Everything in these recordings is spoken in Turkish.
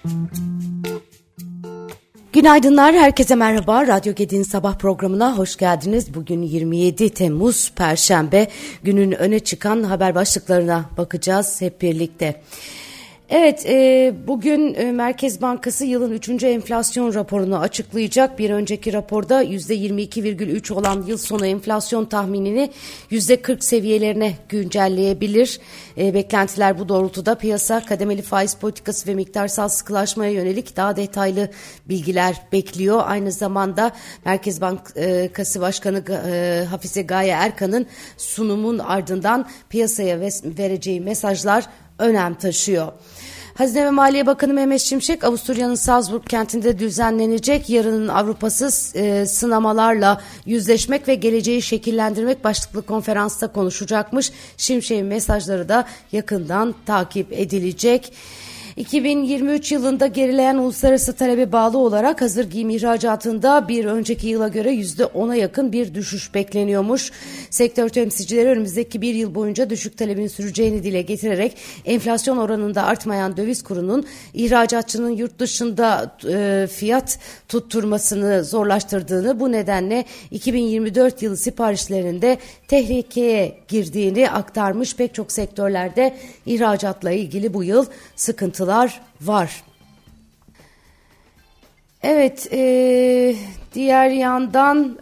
Günaydınlar, herkese merhaba. Radyo Gedi'nin sabah programına hoş geldiniz. Bugün 27 Temmuz Perşembe, günün öne çıkan haber başlıklarına bakacağız hep birlikte. Evet, bugün Merkez Bankası yılın 3. enflasyon raporunu açıklayacak. Bir önceki raporda %22,3 olan yıl sonu enflasyon tahminini %40 seviyelerine güncelleyebilir. Beklentiler bu doğrultuda. Piyasa kademeli faiz politikası ve miktarsal sıkılaşmaya yönelik daha detaylı bilgiler bekliyor. Aynı zamanda Merkez Bankası Başkanı Hafize Gaye Erkan'ın sunumun ardından piyasaya vereceği mesajlar önem taşıyor. Hazine ve Maliye Bakanı Mehmet Şimşek, Avusturya'nın Salzburg kentinde düzenlenecek yarının Avrupa'sız sınamalarla yüzleşmek ve geleceği şekillendirmek başlıklı konferansta konuşacakmış. Şimşek'in mesajları da yakından takip edilecek. 2023 yılında gerileyen uluslararası talebe bağlı olarak hazır giyim ihracatında bir önceki yıla göre %10'a yakın bir düşüş bekleniyormuş. Sektör temsilcileri önümüzdeki bir yıl boyunca düşük talebin süreceğini dile getirerek enflasyon oranında artmayan döviz kurunun ihracatçının yurt dışında fiyat tutturmasını zorlaştırdığını, bu nedenle 2024 yılı siparişlerinde tehlikeye girdiğini aktarmış. Pek çok sektörlerde ihracatla ilgili bu yıl sıkıntılar var. Evet, diğer yandan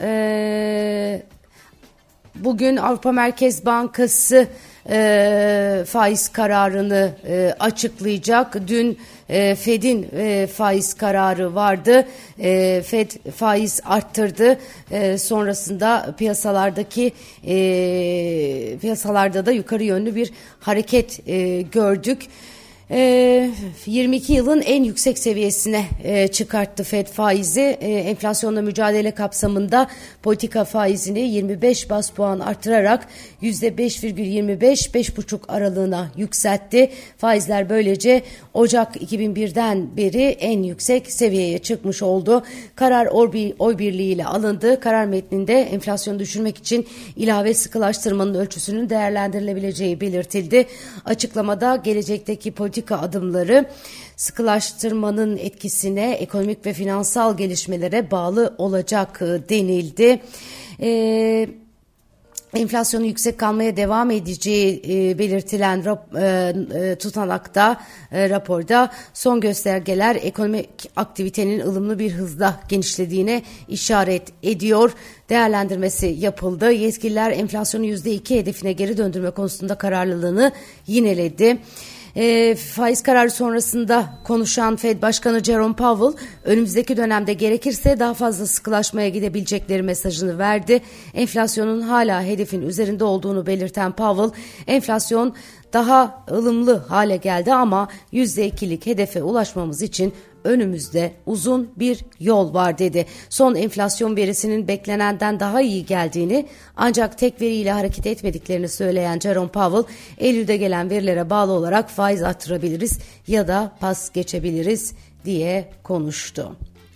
bugün Avrupa Merkez Bankası faiz kararını açıklayacak. Dün Fed'in faiz kararı vardı. Fed faiz arttırdı. Sonrasında piyasalarda da yukarı yönlü bir hareket gördük. 22 yılın en yüksek seviyesine çıkarttı Fed faizi. Enflasyonla mücadele kapsamında politika faizini 25 bas puan artırarak %5,25-5,5 aralığına yükseltti. Faizler böylece Ocak 2001'den beri en yüksek seviyeye çıkmış oldu. Karar oy birliğiyle alındı. Karar metninde enflasyonu düşürmek için ilave sıkılaştırmanın ölçüsünün değerlendirilebileceği belirtildi. Açıklamada gelecekteki politika adımları sıkılaştırmanın etkisine, ekonomik ve finansal gelişmelere bağlı olacak denildi. Enflasyonun yüksek kalmaya devam edeceği belirtilen tutanakta, raporda son göstergeler ekonomik aktivitenin ılımlı bir hızla genişlediğine işaret ediyor. Değerlendirmesi yapıldı. Yetkililer enflasyonu %2 hedefine geri döndürme konusunda kararlılığını yineledi. Faiz kararı sonrasında konuşan Fed Başkanı Jerome Powell, önümüzdeki dönemde gerekirse daha fazla sıkılaşmaya gidebilecekleri mesajını verdi. Enflasyonun hala hedefin üzerinde olduğunu belirten Powell, enflasyon daha ılımlı hale geldi ama %2'lik hedefe ulaşmamız için önümüzde uzun bir yol var dedi. Son enflasyon verisinin beklenenden daha iyi geldiğini, ancak tek veriyle hareket etmediklerini söyleyen Jerome Powell, Eylül'de gelen verilere bağlı olarak faiz arttırabiliriz ya da pas geçebiliriz diye konuştu.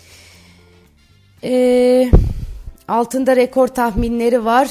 Altında rekor tahminleri var.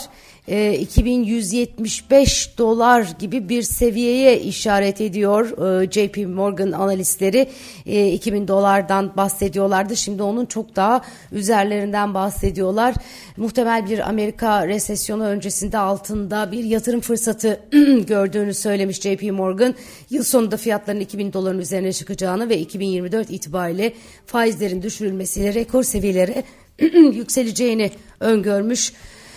2175 dolar gibi bir seviyeye işaret ediyor JP Morgan analistleri. 2000 dolardan bahsediyorlardı. Şimdi onun çok daha üzerlerinden bahsediyorlar. Muhtemel bir Amerika resesyonu öncesinde altında bir yatırım fırsatı gördüğünü söylemiş JP Morgan. Yıl sonunda fiyatların 2000 doların üzerine çıkacağını ve 2024 itibariyle faizlerin düşürülmesiyle rekor seviyelere yükseleceğini öngörmüş.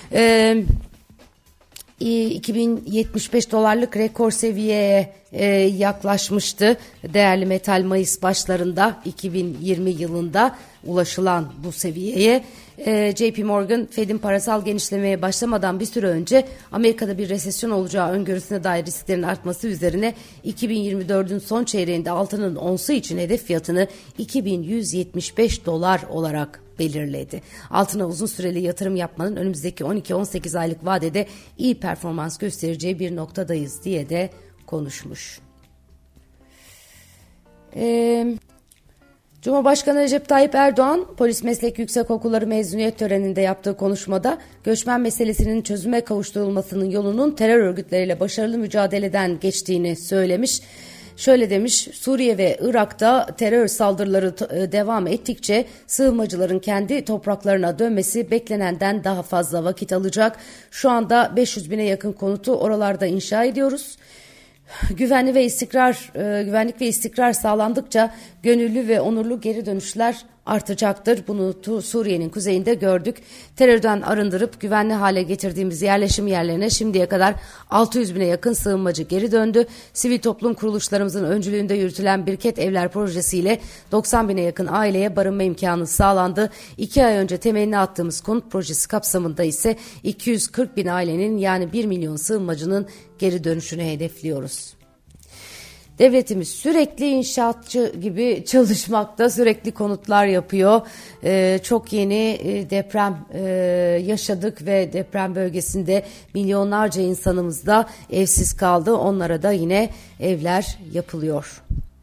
2075 dolarlık rekor seviyeye yaklaşmıştı. Değerli metal Mayıs başlarında 2020 yılında ulaşılan bu seviyeye. JP Morgan, Fed'in parasal genişlemeye başlamadan bir süre önce Amerika'da bir resesyon olacağı öngörüsüne dair risklerin artması üzerine 2024'ün son çeyreğinde altının onsu için hedef fiyatını 2175 dolar olarak belirledi. Altına uzun süreli yatırım yapmanın önümüzdeki 12-18 aylık vadede iyi performans göstereceği bir noktadayız diye de konuşmuş. Cumhurbaşkanı Recep Tayyip Erdoğan, Polis Meslek Yüksekokulları mezuniyet töreninde yaptığı konuşmada göçmen meselesinin çözüme kavuşturulmasının yolunun terör örgütleriyle başarılı mücadeleden geçtiğini söylemiş. şöyle demiş: Suriye ve Irak'ta terör saldırıları devam ettikçe sığınmacıların kendi topraklarına dönmesi beklenenden daha fazla vakit alacak. Şu anda 500 bine yakın konutu oralarda inşa ediyoruz. Güvenlik ve istikrar sağlandıkça gönüllü ve onurlu geri dönüşler artacaktır. Bunu Suriye'nin kuzeyinde gördük. Terörden arındırıp güvenli hale getirdiğimiz yerleşim yerlerine şimdiye kadar 600 bine yakın sığınmacı geri döndü. Sivil toplum kuruluşlarımızın öncülüğünde yürütülen Birket Evler projesiyle 90 bine yakın aileye barınma imkanı sağlandı. 2 ay önce temelini attığımız konut projesi kapsamında ise 240 bin ailenin, yani 1 milyon sığınmacının geri dönüşünü hedefliyoruz. Devletimiz sürekli inşaatçı gibi çalışmakta, sürekli konutlar yapıyor. Çok yeni deprem yaşadık ve deprem bölgesinde milyonlarca insanımız da evsiz kaldı. Onlara da yine evler yapılıyor.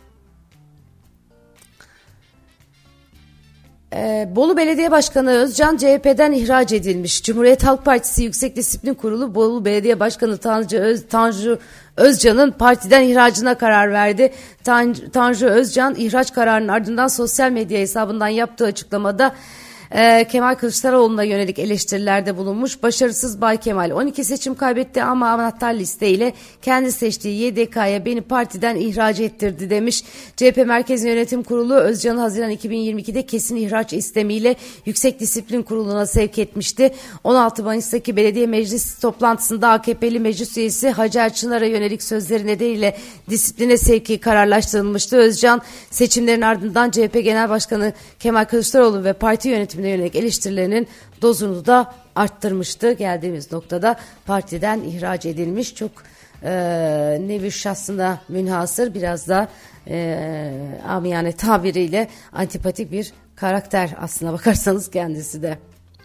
Bolu Belediye Başkanı Özcan CHP'den ihraç edilmiş. Cumhuriyet Halk Partisi Yüksek Disiplin Kurulu Bolu Belediye Başkanı Tanju Özcan'ın partiden ihracına karar verdi. Tanju Özcan ihraç kararının ardından sosyal medya hesabından yaptığı açıklamada Kemal Kılıçdaroğlu'na yönelik eleştirilerde bulunmuş. Başarısız Bay Kemal 12 seçim kaybetti ama anahtar listeyle kendi seçtiği YDK'ya beni partiden ihraç ettirdi demiş. CHP Merkez Yönetim Kurulu Özcan'ı Haziran 2022'de kesin ihraç istemiyle Yüksek Disiplin Kurulu'na sevk etmişti. 16 Mayıs'taki belediye meclis toplantısında AKP'li meclis üyesi Hacer Çınar'a yönelik sözleri nedeniyle disipline sevki kararlaştırılmıştı. Özcan seçimlerin ardından CHP Genel Başkanı Kemal Kılıçdaroğlu ve parti yönetimi yönelik eleştirilerinin dozunu da arttırmıştı. Geldiğimiz noktada partiden ihraç edilmiş. Çok nevi şahsına münhasır, biraz da amiyane tabiriyle antipatik bir karakter aslına bakarsanız kendisi de.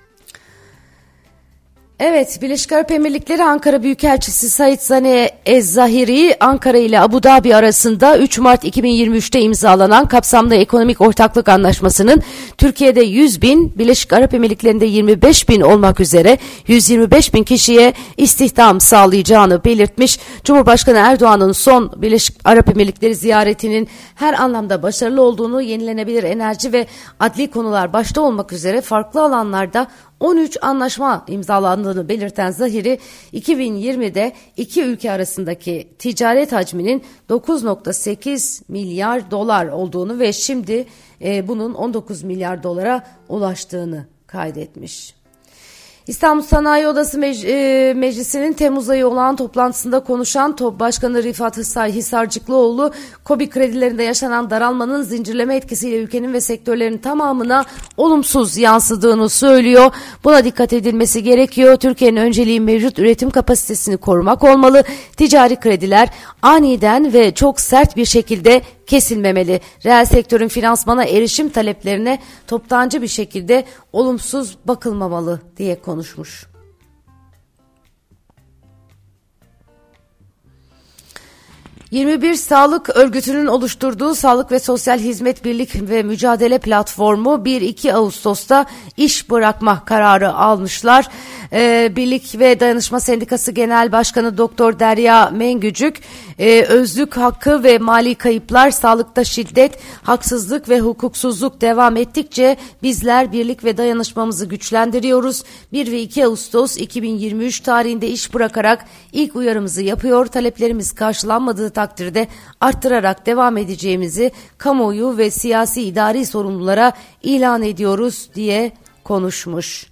Evet, Birleşik Arap Emirlikleri Ankara Büyükelçisi Said Zane Ez-Zahiri, Ankara ile Abu Dhabi arasında 3 Mart 2023'te imzalanan kapsamlı ekonomik ortaklık anlaşmasının Türkiye'de 100 bin, Birleşik Arap Emirlikleri'nde 25 bin olmak üzere 125 bin kişiye istihdam sağlayacağını belirtmiş. Cumhurbaşkanı Erdoğan'ın son Birleşik Arap Emirlikleri ziyaretinin her anlamda başarılı olduğunu, yenilenebilir enerji ve adli konular başta olmak üzere farklı alanlarda 13 anlaşma imzalandığını belirten Zahiri, 2020'de iki ülke arasındaki ticaret hacminin 9.8 milyar dolar olduğunu ve şimdi bunun 19 milyar dolara ulaştığını kaydetmiş. İstanbul Sanayi Odası Meclisi'nin Temmuz ayı olan toplantısında konuşan TOB Başkanı Rifat Hisarcıklıoğlu, KOBİ kredilerinde yaşanan daralmanın zincirleme etkisiyle ülkenin ve sektörlerin tamamına olumsuz yansıdığını söylüyor. Buna dikkat edilmesi gerekiyor. Türkiye'nin önceliği mevcut üretim kapasitesini korumak olmalı. Ticari krediler aniden ve çok sert bir şekilde kesilmemeli. Reel sektörün finansmana erişim taleplerine toptancı bir şekilde olumsuz bakılmamalı diye konuşmuş. ...21 Sağlık Örgütü'nün oluşturduğu Sağlık ve Sosyal Hizmet Birlik ve Mücadele Platformu 1-2 Ağustos'ta iş bırakma kararı almışlar. Birlik ve Dayanışma Sendikası Genel Başkanı Doktor Derya Mengücük, özlük hakkı ve mali kayıplar, sağlıkta şiddet, haksızlık ve hukuksuzluk devam ettikçe bizler birlik ve dayanışmamızı güçlendiriyoruz. 1 ve 2 Ağustos 2023 tarihinde iş bırakarak ilk uyarımızı yapıyor. Taleplerimiz karşılanmadığı takdirde arttırarak devam edeceğimizi kamuoyu ve siyasi idari sorumlulara ilan ediyoruz diye konuşmuş.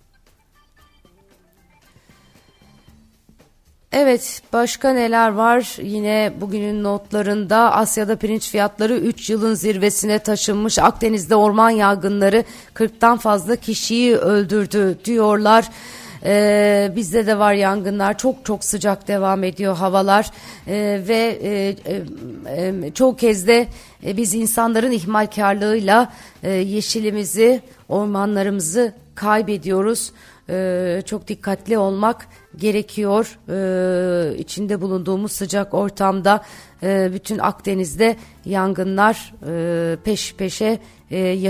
Evet, başka neler var? Yine bugünün notlarında Asya'da pirinç fiyatları 3 yılın zirvesine taşınmış. Akdeniz'de orman yangınları 40'tan fazla kişiyi öldürdü diyorlar. Bizde de var yangınlar, çok sıcak devam ediyor havalar ve çoğu kez de biz insanların ihmalkarlığıyla yeşilimizi, ormanlarımızı kaybediyoruz. Çok dikkatli olmak gerekiyor. İçinde bulunduğumuz sıcak ortamda bütün Akdeniz'de yangınlar peş peşe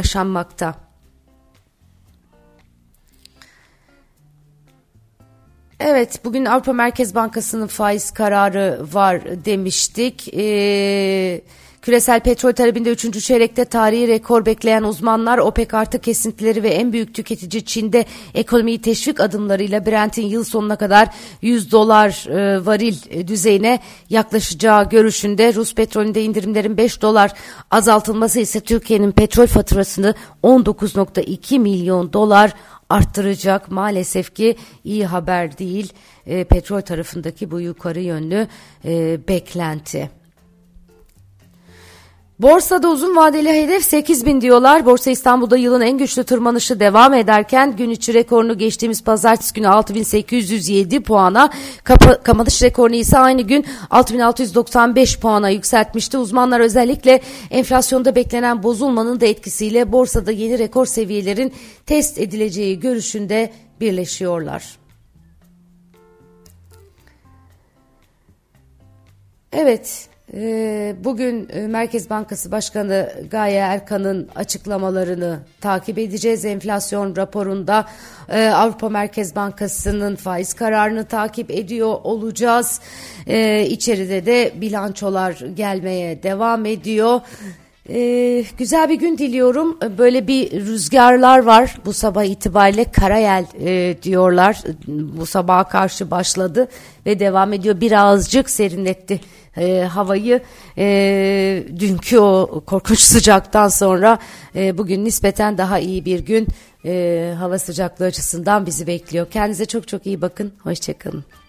yaşanmakta. Evet, bugün Avrupa Merkez Bankası'nın faiz kararı var demiştik. Küresel petrol talebinde 3. çeyrekte tarihi rekor bekleyen uzmanlar OPEC artı kesintileri ve en büyük tüketici Çin'de ekonomiyi teşvik adımlarıyla Brent'in yıl sonuna kadar $100 varil düzeyine yaklaşacağı görüşünde. Rus petrolünde indirimlerin $5 azaltılması ise Türkiye'nin petrol faturasını $19.2 milyon arttıracak. Maalesef ki iyi haber değil petrol tarafındaki bu yukarı yönlü beklenti. Borsada uzun vadeli hedef 8.000 diyorlar. Borsa İstanbul'da yılın en güçlü tırmanışı devam ederken gün içi rekorunu geçtiğimiz pazartesi günü 6.807 puana, kapanış rekorunu ise aynı gün 6.695 puana yükseltmişti. Uzmanlar özellikle enflasyonda beklenen bozulmanın da etkisiyle borsada yeni rekor seviyelerin test edileceği görüşünde birleşiyorlar. Evet. Bugün Merkez Bankası Başkanı Gaye Erkan'ın açıklamalarını takip edeceğiz. Enflasyon raporunda Avrupa Merkez Bankası'nın faiz kararını takip ediyor olacağız. İçeride de bilançolar gelmeye devam ediyor. Güzel bir gün diliyorum. Böyle bir rüzgarlar var bu sabah itibariyle, karayel diyorlar. Bu sabaha karşı başladı ve devam ediyor. Birazcık serinletti havayı. Dünkü o korkunç sıcaktan sonra bugün nispeten daha iyi bir gün hava sıcaklığı açısından bizi bekliyor. Kendinize çok çok iyi bakın. Hoşçakalın.